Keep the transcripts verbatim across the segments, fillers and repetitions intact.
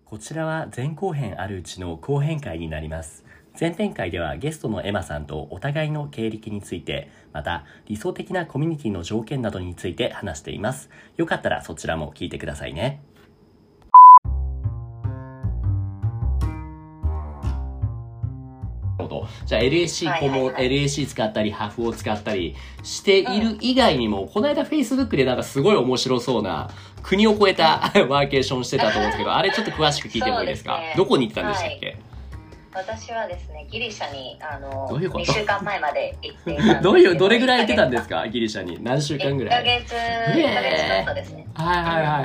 こちらは前後編あるうちの後編会になります。前編会ではゲストのエマさんとお互いの経歴について、また理想的なコミュニティの条件などについて話しています。よかったらそちらも聞いてくださいね。じゃあ エルエーシー こも エルエーシー 使ったりハフを使ったりしている以外にも、うん、この間 Facebook でなんかすごい面白そうな国を越えたワーケーションしてたと思うんですけど、あれちょっと詳しく聞いてもいいですか？ね、どこに行ったんでしたっけ？ はい、私はですね、ギリシャにあのどういうこと？ にしゅうかんまえまで行っていたんですけどどういうどれぐらい行ってたんですか？ギリシャに何週間ぐらい？ いっかげつ、いっかげつちょっとですね。 はいはいはいはい、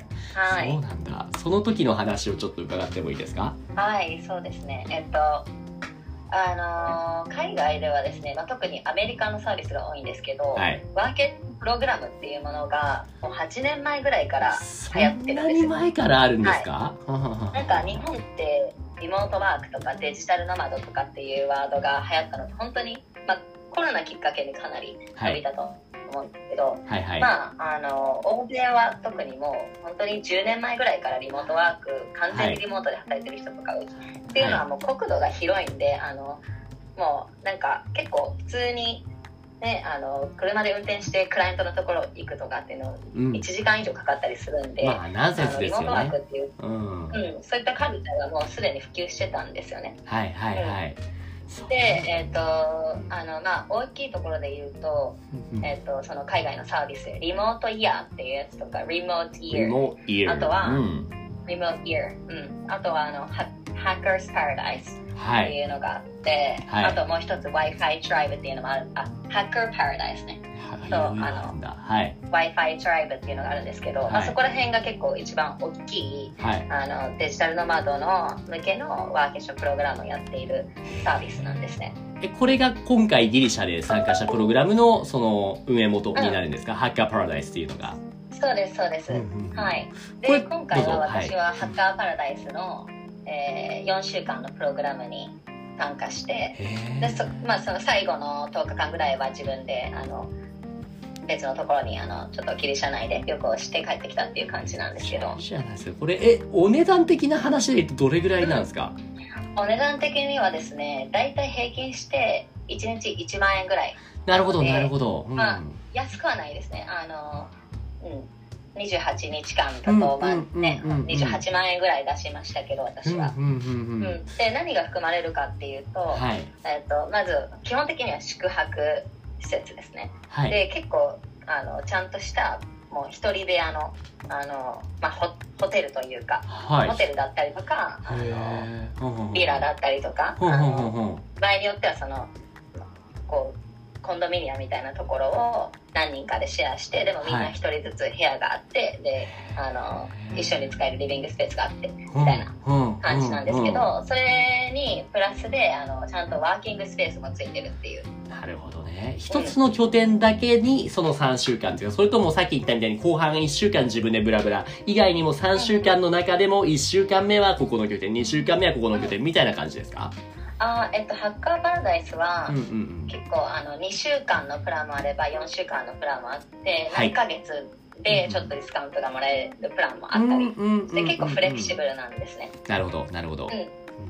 はい、 そうなんだ。その時の話をちょっと伺ってもいいですか？ はい、そうですね。えっとあのー、海外ではですね、まあ、特にアメリカのサービスが多いんですけど、はい、ワーケプログラムっていうものがもうはちねんまえぐらいから流行ってるんですよ。 そんなに前からあるんですか？ はい、なんか日本ってリモートワークとかデジタルノマドとかっていうワードが流行ったのって本当に、まあ、コロナきっかけでかなり伸びたと思うんですけど、はいはい、まあ、あの欧米は特にもう本当にじゅうねんまえぐらいからリモートワーク完全にリモートで働いてる人とか、はい、っていうのはもう国土が広いんで、あのもうなんか結構普通に、ね、あの車で運転してクライアントのところ行くとかっていうのいちじかん以上かかったりするんで、 うん、まあナンセンスですよね。 リモートワークっていう、 うんうん、そういったカルチャーがもうすでに普及してたんですよね。 はいはいはい、 うん、で、えーとあのまあ、大きいところで言うと、えーとその海外のサービスでリモートイヤーっていうやつとかリモートイヤー、あとは、うん、リモートイヤー、うん、あとはあのハッカーズパラダイスっていうのがあって、はい、あともう一つ Wi-Fi トライブっていうのもある。あ、ハッカーパラダイスね。そう、あの、はい、Wi-Fi トライブっていうのがあるんですけど、はい、まあ、そこら辺が結構一番大きい、はい、あのデジタルノマドの向けのワーケーションプログラムをやっているサービスなんですね。 え、これが今回ギリシャで参加したプログラムのその運営元になるんですか？うん、ハッカーパラダイスっていうのが。そうですそうです。うんうんうん、はい。で、今回は私はハッカーパラダイスの、えー、よんしゅうかんのプログラムに参加して、で そ,、まあ、その最後のとおかかんぐらいは自分であの別のところにあのちょっとギリシャ内で旅行して帰ってきたっていう感じなんですけど。 これえお値段的な話で言うとどれぐらいなんですか？ うん、お値段的にはですね、だいたい平均していちにちいちまんえんぐらい。 なるほどなるほど、 うん、まあ、安くはないですね。あの、うん、にじゅうはちにちかんだと、まあね、にじゅうはちまんえんぐらい出しましたけど、私は。で、何が含まれるかっていうと、はい、えーと、まず基本的には宿泊施設ですね。はい、で、結構あのちゃんとしたもう一人部屋の、あの、まあ、ホ, ホテルというか、はい、ホテルだったりとか、あのビラだったりとか、あの場合によってはそのこうコンドミニアムみたいなところを何人かでシェアして、でもみんな一人ずつ部屋があって、はい、であの一緒に使えるリビングスペースがあってみたいな感じなんですけど、それにプラスであのちゃんとワーキングスペースもついてるっていう。 なるほどね。一つの拠点だけにそのさんしゅうかんっていうか、それともさっき言ったみたいに後半いっしゅうかん自分でブラブラ以外にもさんしゅうかんの中でもいっしゅうかんめはここの拠点、にしゅうかんめはここの拠点みたいな感じですか？ あ、えっと、ハッカーパラダイスは、うんうんうん、結構あのにしゅうかんのプランもあればよんしゅうかんのプランもあって、はい、何ヶ月でちょっとディスカウントがもらえるプランもあったり、で結構フレキシブルなんですね。 なるほどなるほど、 うん、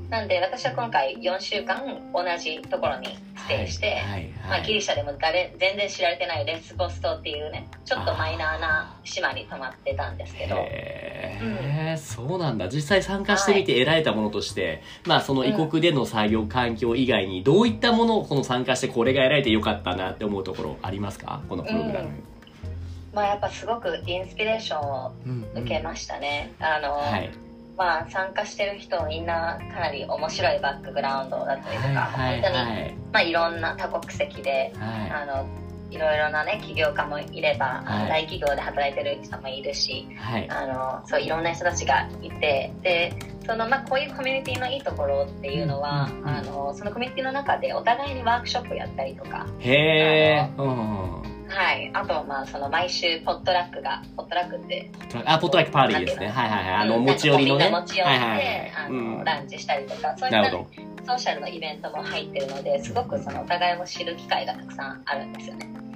なんで私は今回よんしゅうかん同じところにステイして、はいはいはい、まあ、ギリシャでも誰全然知られてないレスボス島っていうねちょっとマイナーな島に泊まってたんですけど、 へー、うん、そうなんだ。実際参加してみて得られたものとして、はい、まあその異国での作業環境以外にどういったものをこの参加してこれが得られてよかったなって思うところありますか？このプログラム、うん、 まあ、やっぱすごくインスピレーションを受けましたね、うんうん、あの、はい、まあ、参加してる人みんなかなり面白いバックグラウンドだったりとか、はいはいはい、本当に、まあ、いろんな多国籍で、はい、あのいろいろなね起業家もいれば、はい、大企業で働いてる人もいるし、はい、あのそういろんな人たちがいて、でその、まあ、こういうコミュニティのいいところっていうのは、うんうん、あのそのコミュニティの中でお互いにワークショップやったりとか、 へー、 はい、あと、まあ、その毎週ポットラックがポットラックってあポットラックパーティーですね。はいはいはい、あの持ち寄りのね、 みんな持ち寄って、はいはいはい、あの、うん、ランチしたりとか、そういった、ね、ソーシャルのイベントも入ってるので、すごくそのお互いを知る機会がたくさんあるんですよね。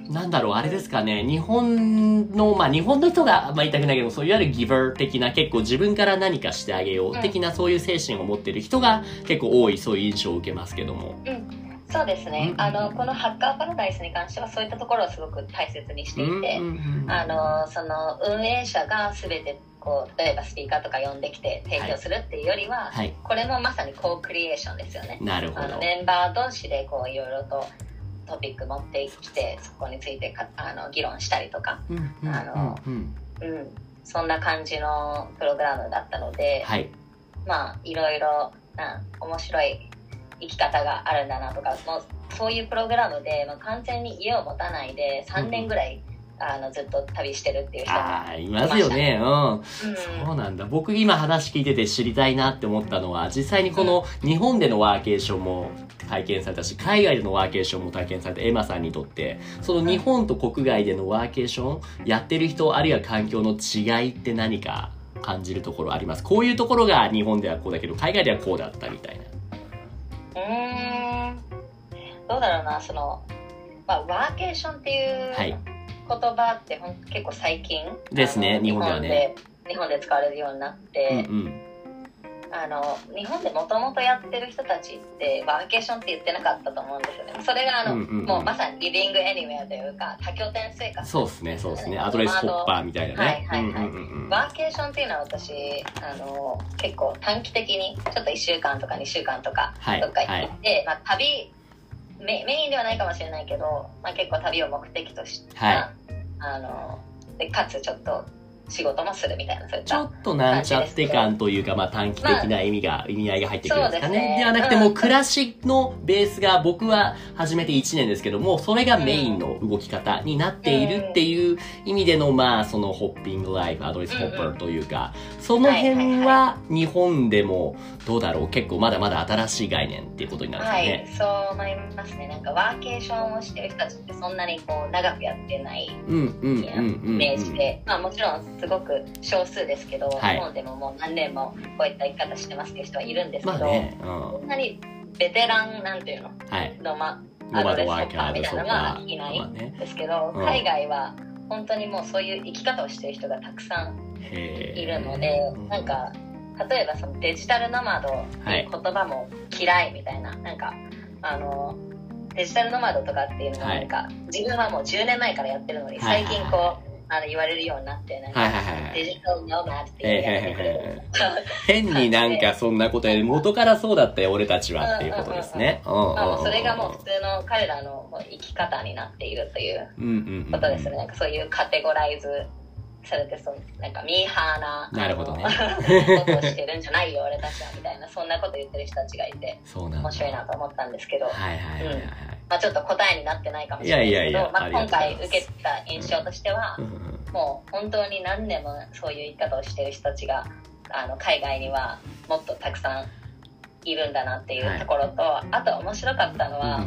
なんだろう、あれですかね、日本の、まあ日本の人が、まあ言いたくないけど、そういわゆるギバー的な、結構自分から何かしてあげよう的な、そういう精神を持ってる人が結構多い、そういう印象を受けますけども。 うん、そうですね、うん、あのこのハッカーパラダイスに関してはそういったところをすごく大切にしていて、あのその運営者が全てこう例えばスピーカーとか呼んできて提供するっていうよりは、はいはい、これもまさにコークリエーションですよね。 なるほど。 あのメンバー同士でこういろいろとトピック持ってきてそこについてかあの議論したりとか、あの、うん、そんな感じのプログラムだったので、はい、まあいろいろな面白い生き方があるんだなとか、もうそういうプログラムで、まあ、完全に家を持たないでさんねんぐらい、うん、あのずっと旅してるっていう人がいました。 あ、いますよね。うん、うん、そうなんだ。僕今話聞いてて知りたいなって思ったのは、実際にこの日本でのワーケーションも体験されたし、海外でのワーケーションも体験されたエマさんにとって、その日本と国外でのワーケーションやってる人、あるいは環境の違いって何か感じるところあります？こういうところが日本ではこうだけど海外ではこうだったみたいな。 うーん、どうだろうな、その、まあ、ワーケーションっていう言葉ってほん結構最近ですね、日本ではね。 日本で使われるようになって、うんうん、あの日本でもともとやってる人たちってワーケーションって言ってなかったと思うんですよね。それがあの、うんうんうん、もうまさにリビングエニウェアというか多拠点生活、 そうですね、そうですね、アドレスホッパーみたいなね。 はいはいはい、うんうんうん、ワーケーションっていうのは私あの結構短期的にちょっといっしゅうかんとかにしゅうかんとかどっか行って、はいはい、まあ、旅メ, メインではないかもしれないけど、まあ、結構旅を目的とした、はい、あのでかつちょっと仕事もするみたいな、そういったちょっとなんちゃって感というか、まあ短期的な意味が、まあ、意味合いが入ってくるんですかね。で, ねではなくて、もう暮らしのベースが僕は始めていちねんですけども、それがメインの動き方になっているっていう意味での、まあそのホッピングライフ、アドレスホッパーというか、うんうん、その辺は日本でもどうだろう、結構まだまだ新しい概念っていうことになるんですかね。 はい、そう思いますね。なんかワーケーションをしてる人たちってそんなにこう長くやってないイメージで、まあもちろんすごく少数ですけど、はい、日本でももう何年もこういった生き方してますっていう人はいるんですけど、まあね、うん、そんなにベテランなんていうの、はい、ノマアドレスホッパーみたいなのはいないんですけど、まあね、海外は本当にもうそういう生き方をしてる人がたくさんいるので、なんか例えばそのデジタルノマドっていう言葉も嫌いみたいな、はい、なんかあのデジタルノマドとかっていうのもなんか、はい、自分はもうじゅうねんまえからやってるのに最近こう、はいはいはい、あの言われるようになって、なんか、はいはいはい、デジタルノマドって言ってくれる、 変になんかそんなことやる、元からそうだったよ俺たちはっていうことですね。 それがもう普通の彼らの生き方になっているということですね。うんうんうん、なんかそういうカテゴライズされて、そのなんかミーハーな、 なるほどね、 ことをしてるんじゃないよ俺たちはみたいな、そんなこと言ってる人たちがいて面白いなと思ったんですけど、はいはいはいはい、うん、まあ、ちょっと答えになってないかもしれないですけど、いやいやいや、まあ、今回受けた印象としては、うんうん、もう本当に何年もそういう生き方をしてる人たちがあの海外にはもっとたくさんいるんだなっていうところと、はい、あと面白かったのは、うん、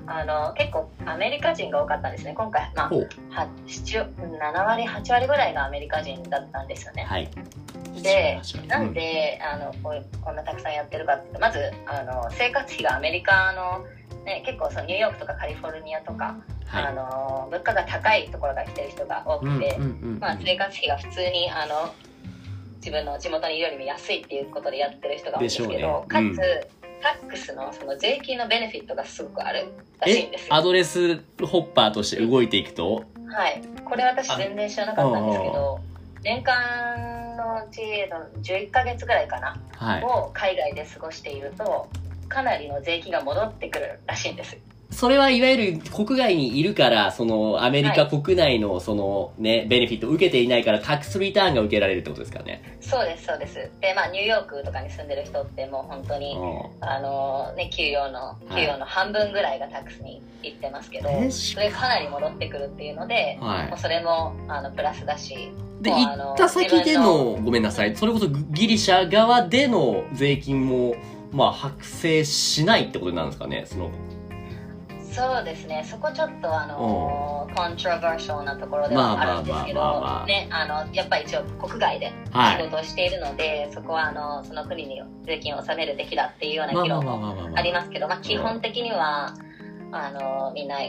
あの結構アメリカ人が多かったんですね今回、まあ、ななわりはちわりぐらいがアメリカ人だったんですよね。はい、で、なんであのこうこんなたくさんやってるかって、まずあの生活費がアメリカの、ね、結構そのニューヨークとかカリフォルニアとか、はい、あの物価が高いところから来てる人が多くて、まあ、生活費が普通にあの自分の地元にいるよりも安いっていうことでやってる人が多いんですけど、ね、かつ、うん、タックスのその税金のベネフィットがすごくあるらしいんですよ。 アドレスホッパーとして動いていくと、 はい、これ私全然知らなかったんですけど、年間のうちのじゅういっかげつぐらいかな、はい、を海外で過ごしているとかなりの税金が戻ってくるらしいんです。 それはいわゆる国外にいるから、そのアメリカ国内のそのね、はい、ベネフィットを受けていないからタックスリターンが受けられるってことですかね。 そうですそうです。で、まあニューヨークとかに住んでる人ってもう本当にあのね、給与の給与の半分ぐらいがタックスに行ってますけど、はい、それかなり戻ってくるっていうので、はい、もうそれもあのプラスだし。 で、行った先での、ごめんなさい、それこそギリシャ側での税金もまあ発生しないってことなんですかね。そのそうですね、そこちょっとあのコントロバーシャルなところではあるんですけど、やっぱり一応国外で仕事をしているので、はい、そこはあのその国に税金を納めるべきだっていうような議論もありますけど、まあ、基本的にはあのみんな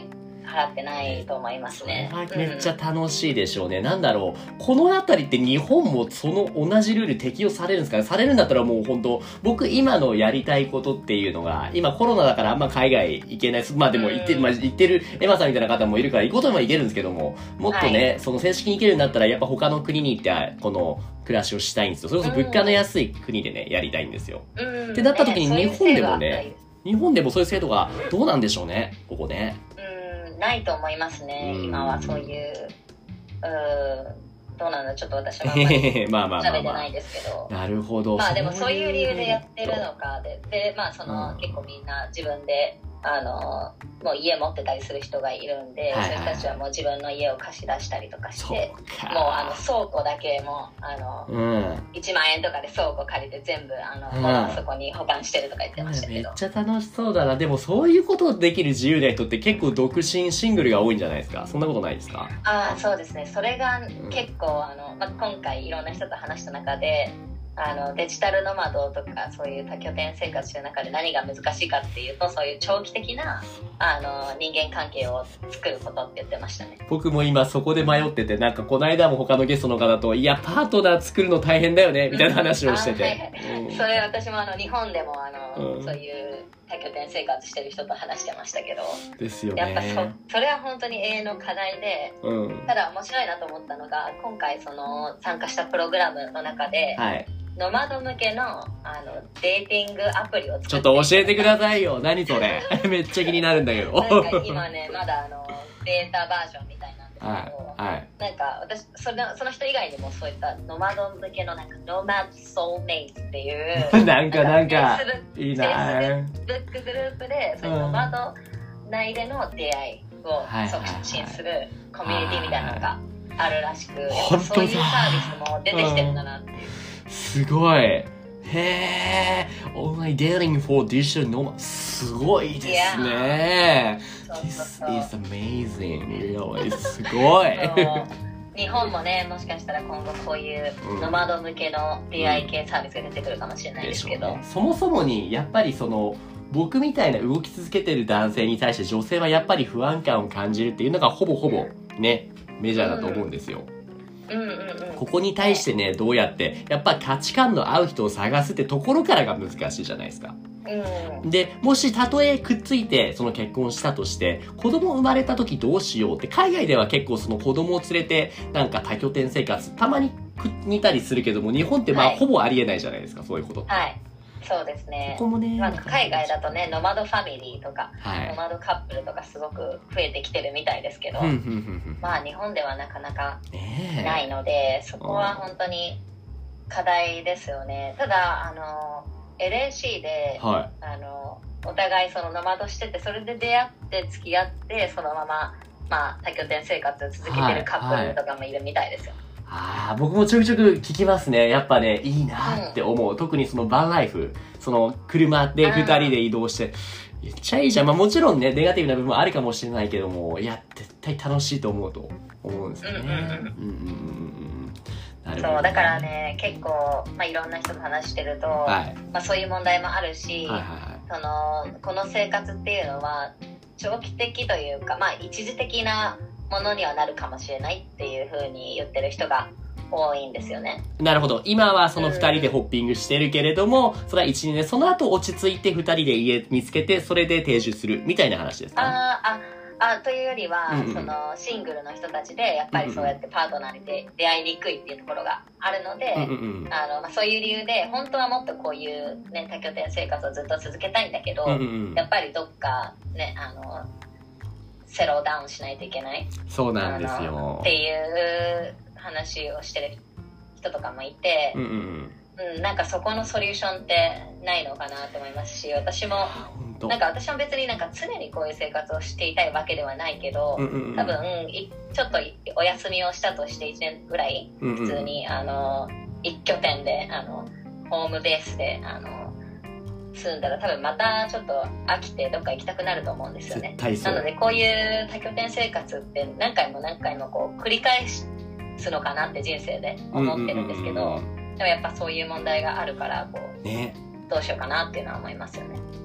払ってないと思いますね。 それはめっちゃ楽しいでしょうね、うん、なんだろう、このあたりって日本もその同じルール適用されるんですかね。されるんだったらもう本当僕今のやりたいことっていうのが、今コロナだからあんま海外行けないです。まあでも行って、うん、まあ、行ってるエマさんみたいな方もいるから行くことも行けるんですけども、もっとね、はい、その正式に行けるんだったらやっぱ他の国に行ってこの暮らしをしたいんですよ。それこそ物価の安い国でね、やりたいんですよ。うん、ってなった時に日本でもね、日本でもそういう制度がどうなんでしょうね、ここね。 うん、ないと思いますね、今はそういう、うん、どうなんだ、ちょっと私はあんまりまあまあまあ、まあ、 調べてないですけど。 なるほど。 まあでもそういう理由でやってるのかで、で、まあその、うん、結構みんな自分で、あのもう家持ってたりする人がいるんで、はいはい、そういう人たちはもう自分の家を貸し出したりとかして、もうあの倉庫だけもあの、うん、いちまんえんとかで倉庫借りて全部あの、うん、そこに保管してるとか言ってましたけど、 めっちゃ楽しそうだな。でもそういうことできる自由な人って結構独身シングルが多いんじゃないですか。そんなことないですか？ ああ、そうですね。それが結構あの、まあ、今回いろんな人と話した中で、あのデジタルノマドとかそういう多拠点生活してる中で何が難しいかっていうと、そういう長期的なあの人間関係を作ることって言ってましたね。 僕も今そこで迷ってて、なんかこの間も他のゲストの方と、いやパートナー作るの大変だよねみたいな話をしてて、はいはいうん、それ私もあの日本でもあの、うん、そういう多拠点生活してる人と話してましたけど、 ですよね、 やっぱ そ, それは本当に永遠の課題で、うん、ただ面白いなと思ったのが、今回その参加したプログラムの中で、はい、ノマド向けの、あのデーティングアプリを作って、 ちょっと教えてくださいよ。何それめっちゃ気になるんだけど。 なんか今ね、まだあのベータバージョンみたいなんですけど、はいはい、なんか私その、その人以外にもそういったノマド向けのなんかノマドソウルメイトっていうなんかなんかいいなぁ、ブックグループでそういうノマド内での出会いを促進するコミュニティみたいなのがあるらしく、そういうサービスも出てきてるんだなっていう。 すごい。へえ。Online dating for digital nomad。すごいですね。 Yeah. This is amazing. Really すごい。 日本もね、もしかしたら今後こういうノマド向けの出会い系サービスが出てくるかもしれないですけど。 うんね、そもそもにやっぱりその僕みたいな動き続けてる男性に対して女性はやっぱり不安感を感じるっていうのがほぼほぼね、メジャーだと思うんですよ。 うんうんうん、 ここに対してね、どうやってやっぱ価値観の合う人を探すってところからが難しいじゃないですか。うん、でもしたとえくっついてその結婚したとして子供生まれた時どうしようって、海外では結構その子供を連れてなんか多拠点生活たまに似たりするけども、日本ってまあ、はい、ほぼありえないじゃないですか、そういうことって。 はい、そうですね。 ここもね、 まあ、海外だとね、ノマドファミリーとか、はい、ノマドカップルとかすごく増えてきてるみたいですけど、まあ日本ではなかなかないので、そこは本当に課題ですよね。ただあの エルエーシー で、はい、あのお互いそのノマドしてて、それで出会って付き合ってそのまま、まあ、多拠点生活を続けてるカップルとかもいるみたいですよ。 はいはい、あ僕もちょくちょく聞きますね。やっぱね、いいなって思う。うん、特にそのバンライフ、その車でふたりで移動して、めっちゃいいじゃん。まあもちろんね、ネガティブな部分もあるかもしれないけども、いや、絶対楽しいと思うと思うんですよね。 そう、だからね、結構、まあ、いろんな人と話してると、はい、まあ、そういう問題もあるし、はいはいはい、その、この生活っていうのは、長期的というか、まあ一時的なものにはなるかもしれないっていう風に言ってる人が多いんですよね。 なるほど。今はそのふたりでホッピングしてるけれども、うん、それはいちねんで、その後落ち着いてふたりで家見つけて、それで定住するみたいな話ですかね。 ああ、あ、というよりは、うんうん、そのシングルの人たちでやっぱりそうやってパートナーで出会いにくいっていうところがあるので、うんうんうん、あのまあ、そういう理由で本当はもっとこういう、ね、多拠点生活をずっと続けたいんだけど、うんうんうん、やっぱりどっかね、あのセローダウンしないといけない。 そうなんですよっていう話をしてる人とかもいて、うんうんうん、なんかそこのソリューションってないのかなと思いますし、私もなんか私も別になんか常にこういう生活をしていたいわけではないけど、うんうんうん、多分ちょっとお休みをしたとしていちねんぐらい普通に、うんうん、あの一拠点であのホームベースであの住んだら多分またちょっと飽きてどっか行きたくなると思うんですよね。なのでこういう多拠点生活って何回も何回もこう繰り返すのかなって人生で思ってるんですけど、うんうんうんうん、でもやっぱそういう問題があるからこう、ね、どうしようかなっていうのは思いますよね。 っ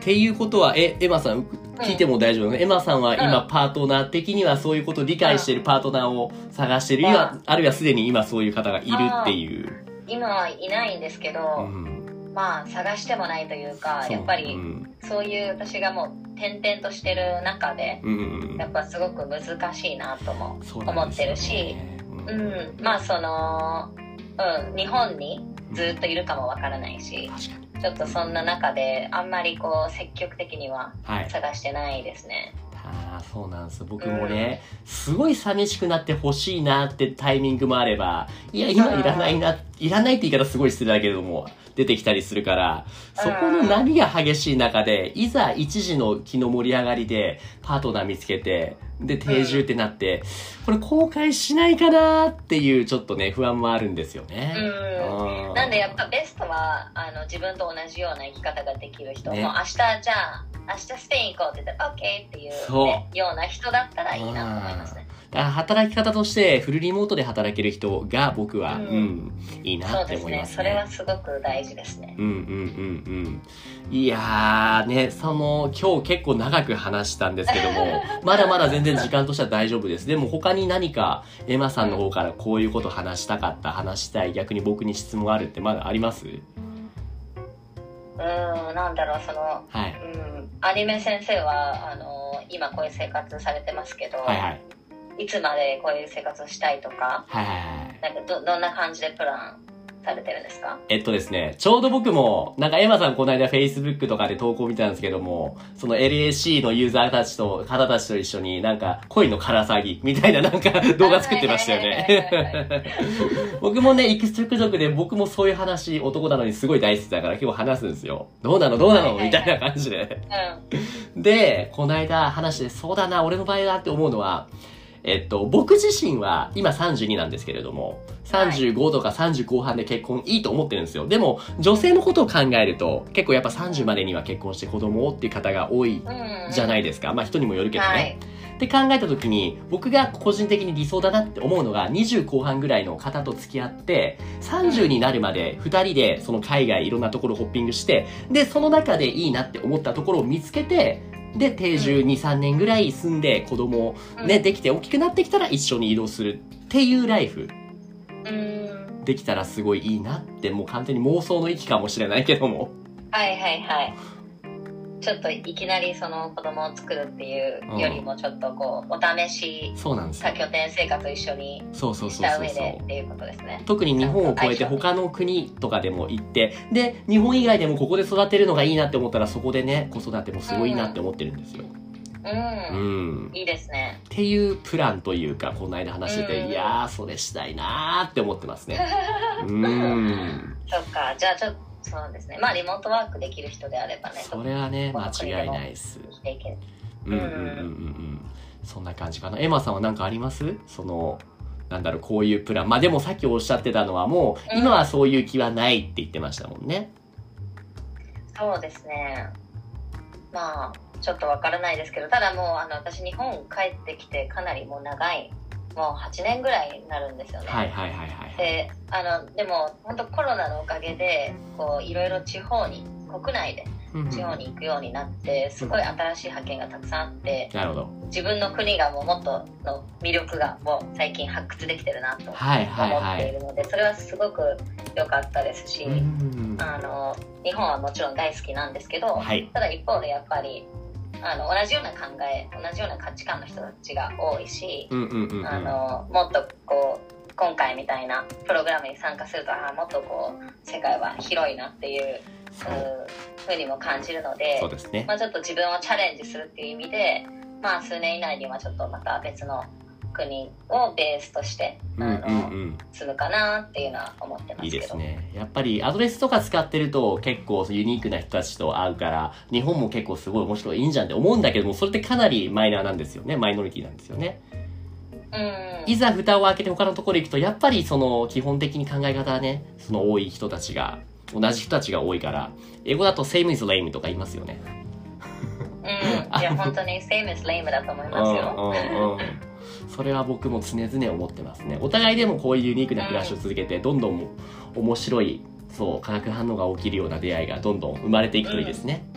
っていうことは、え、エマさん、聞いても大丈夫、うん、エマさんは今、パートナー的にはそういうことを理解しているパートナーを探している、うん、あるいはすでに今そういう方がいるっていう。 今はいないんですけど、うん、まあ探してもないというか、やっぱり、うん、そういう私がもう転々としてる中で、うん、やっぱすごく難しいなとも思ってるし、う、うんうん、まあその、うん、日本にずっといるかもわからないし、ちょっとそんな中であんまりこう積極的には探してないですね。 はい、ああ、そうなんです。僕もね、うん、すごい寂しくなってほしいなってタイミングもあれば、いや、今いらないな、いらないって言い方すごい失礼だけれども、出てきたりするから、そこの波が激しい中で、いざ一時の気の盛り上がりでパートナー見つけて、で、定住ってなって、これ後悔しないかなっていうちょっとね、不安もあるんですよね。 うん。なんでやっぱベストは、あの、自分と同じような生き方ができる人、ね、もう明日じゃあ、明日スペイン行こうって言ったら OK っていう、ね、ような人だったらいいなと思いますね。 だから働き方としてフルリモートで働ける人が僕は、うん、うん、いいなって思いますね。 そうですね。それはすごく大事ですね。 うんうんうんうん。いやーね、その今日結構長く話したんですけども、まだまだ全然時間としては大丈夫です。でも他に何かエマさんの方からこういうこと話したかった、話したい、逆に僕に質問あるってまだあります？うーん、なんだろう、その、はい、うん、アニメ先生はあの今こういう生活されてますけど、はいはい、いつまでこういう生活をしたいとか、はいはいはい、なんか ど, どんな感じでプランされてるんですか？ えっとですね、ちょうど僕も、なんかエマさんこの間 Facebook とかで投稿見たんですけども、その エルエーシー のユーザーたちと、方たちと一緒になんか恋のから騒ぎみたいななんか動画作ってましたよね。僕もね、育直族で僕もそういう話、男なのにすごい大好きだから結構話すんですよ。どうなのどうなのみたいな感じで。うん、で、この間話で、そうだな、俺の場合だって思うのは、えっと、僕自身は今さんじゅうになんですけれども、さんじゅうごとかさんじゅう後半で結婚いいと思ってるんですよ。でも、女性のことを考えると、結構やっぱさんじゅうまでには結婚して子供をっていう方が多いじゃないですか。まあ人にもよるけどね。はい、って考えた時に、僕が個人的に理想だなって思うのが、にじゅう後半ぐらいの方と付き合って、さんじゅうになるまでふたりでその海外いろんなところホッピングして、で、その中でいいなって思ったところを見つけて、で、定住に、さんねんぐらい住んで子供ね、うん、できて大きくなってきたら一緒に移動するっていうライフ。うん、できたらすごいいいなって、もう完全に妄想の域かもしれないけども。 はいはいはい。ちょっといきなりその子供を作るっていうよりもちょっとこう、お試し、そうなんです。多拠点生活を一緒にした上でっていうことですね。 特に日本を超えて他の国とかでも行って、で、日本以外でもここで育てるのがいいなって思ったらそこでね、子育てもすごいなって思ってるんですよ。 うん。うん。いいですね。 っていうプランというか、この間話してて、うん、いやー、それしたいなーって思ってますね。うん。 そっか、じゃあちょっと、そうですね。まあリモートワークできる人であればね。 それはね、間違いないです。うんうんうんうんうん。そんな感じかな。エマさんは何かあります？その、なんだろう、こういうプラン。まあでもさっきおっしゃってたのはもう、今はそういう気はないって言ってましたもんね。 うん、そうですね。まあ、ちょっとわからないですけど、ただもう、あの、私日本帰ってきてかなりもう長い。もうはちねんぐらいになるんですよね。はいはいはいはい。で、あの、でも本当コロナのおかげで、こう、いろいろ地方に、国内で地方に行くようになって、すごい新しい発見がたくさんあって、なるほど。自分の国がもうもっとの魅力がもう最近発掘できてるなと思っているので、それはすごく良かったですし、あの、日本はもちろん大好きなんですけど、はい、ただ一方でやっぱり、あの同じような考え同じような価値観の人たちが多いし、あのもっとこう今回みたいなプログラムに参加するとあもっとこう世界は広いなっていうふうにも感じるので、そうですね、まあ、ちょっと自分をチャレンジするっていう意味で、まあ、数年以内にはちょっとまた別の国をベースとしてあの、うんうんうん、住むかなっていうのは思ってますけど。いいですね。 やっぱりアドレスとか使ってると結構ユニークな人たちと会うから日本も結構すごい面白いいいんじゃんって思うんだけども、それってかなりマイナーなんですよね。マイノリティなんですよね。うん、いざ蓋を開けて他のところ行くとやっぱりその基本的に考え方はね、その多い人たちが同じ人たちが多いから、英語だと same is lame とか言いますよね。 うん、いや本当に same is lame だと思いますよ。うんうんうん、 それは僕も常々思ってますね。お互いでもこういうユニークな暮らしを続けて、どんどん面白い、そう、化学反応が起きるような出会いがどんどん生まれていくといいですね。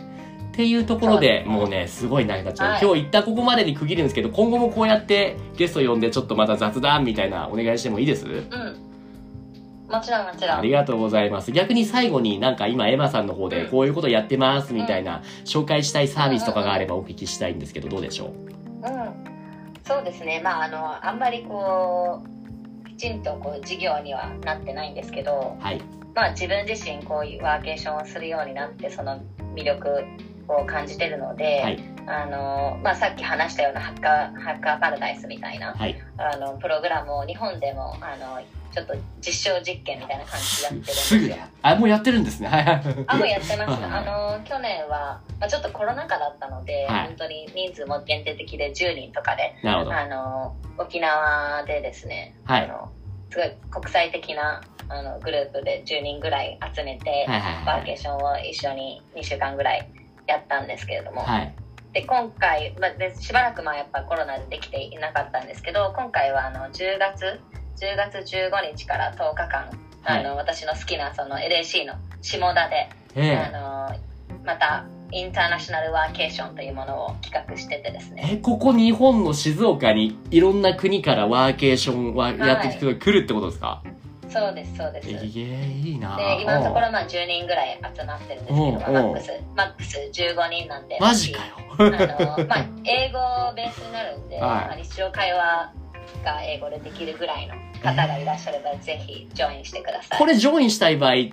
っていうところで、もうね、すごい長くなっちゃう。はい、今日一旦ここまでに区切るんですけど、今後もこうやってゲスト呼んでちょっとまた雑談みたいなお願いしてもいいです？うん。 もちろんもちろん。 ありがとうございます。逆に最後になんか今エマさんの方でこういうことやってますみたいな、うん、紹介したいサービスとかがあればお聞きしたいんですけど、どうでしょう？うん。 そうですね。まああの、あんまりこう、きちんとこう事業にはなってないんですけど、はい。まあ自分自身こういうワーケーションをするようになって、その魅力を感じてるので、はい、あのまあ、さっき話したようなハッカー、ハッカーパラダイスみたいな、はい、あのプログラムを日本でもあのちょっと実証実験みたいな感じでやってるんですよ。すぐあ、もうやってるんですね。はいはい。 あ、もうやってます。あの去年は、まあ、ちょっとコロナ禍だったので、はい、本当に人数も限定的でじゅうにんとかで、なるほど、あの沖縄でですね、はい、あのすごい国際的なあのグループでじゅうにんぐらい集めて、はいはいはい、ワーケーションを一緒ににしゅうかんぐらいやったんですけれども、はい、で今回、まあ、でしばらくまあやっぱコロナでできていなかったんですけど、今回はあのじゅうがつじゅうがつじゅうごにちからとおかかん、はい、あの私の好きなその エルエーシー の下田で、あのまたインターナショナルワーケーションというものを企画しててですね。 え、ここ日本の静岡にいろんな国からワーケーションはやってきてくるってことですか？はい、 そうですそうです。えー、いいな。 で今のところまあじゅうにんぐらい集まってるんですけど、マックスマックスじゅうごにんなんで。 マジかよ。 あのまあ英語ベースになるんで、はい、日常会話が英語でできるぐらいの方がいらっしゃれば、えー、ぜひジョインしてください。 これジョインしたい場合って、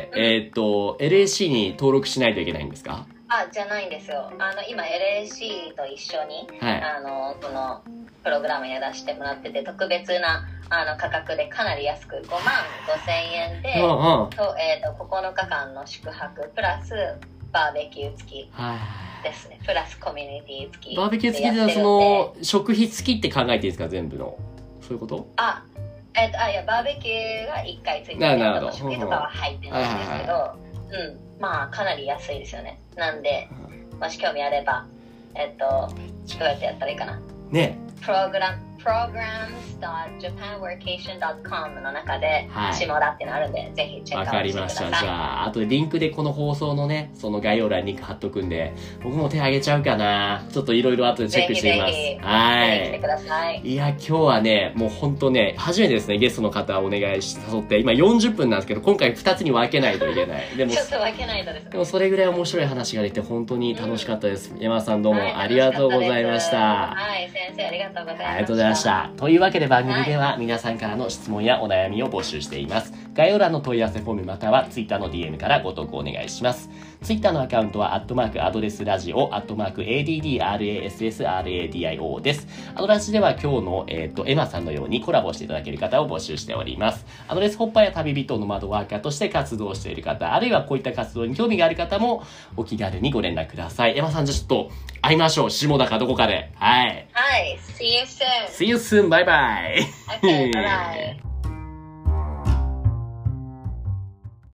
うん、えっと エルエーシー に登録しないといけないんですか？ あ、じゃないんですよ。あの今 エルエーシー と一緒に、はい、あのこのプログラムやらせてもらってて、特別なあの価格でかなり安くごまんごせんえんで、うんうん、とえー、とここのかかんの宿泊プラスバーベキュー付きですね。プラスコミュニティ付き。 バーベキュー付きでその食費付きって考えていいですか？全部のそういうこと？ あ、えー、とあいやバーベキューがいっかい付いてて、食費とかは入ってないんですけど、うん、まあかなり安いですよね。なんでもし興味あれば、えっ、ー、とどうやってやったらいいかな。ね。プログラム プログラムス ドット ジャパンワーケーション ドット コム の中で、はい、下田ってのあるんで、ぜひチェックアウトしてください。わかりました。じゃあ、あとでリンクでこの放送のね、その概要欄にリンク貼っとくんで、僕も手挙げちゃうかな。ちょっといろいろ後でチェックしてみます。ぜひぜひはい。来てください。いや、今日はね、もうほんとね、初めてですね、ゲストの方をお願いし誘って、今よんじゅっぷんなんですけど、今回ふたつに分けないといけない。でも、 ちょっと分けないとですね。 でもそれぐらい面白い話ができて、本当に楽しかったです。うん、山田さんどうもありがとうございました。 はい、先生ありがとうございました。 ありがとうございました。というわけで番組では皆さんからの質問やお悩みを募集しています。概要欄の問い合わせフォームまたは Twitter の ディーエム からご投稿お願いします。Twitter のアカウントはアットマークアドレスラジオアットマーク エーディーディーアールエーエスエスアールエーディーアイオー です。アドラジでは今日の、えー、とエマさんのようにコラボしていただける方を募集しております。アドレスホッパーや旅人ノマドワーカーとして活動している方、あるいはこういった活動に興味がある方もお気軽にご連絡ください。エマさんじゃあちょっと会いましょう。下田かどこかで。はい。 はい。See you soon. See you soon. Bye bye. Okay, bye bye.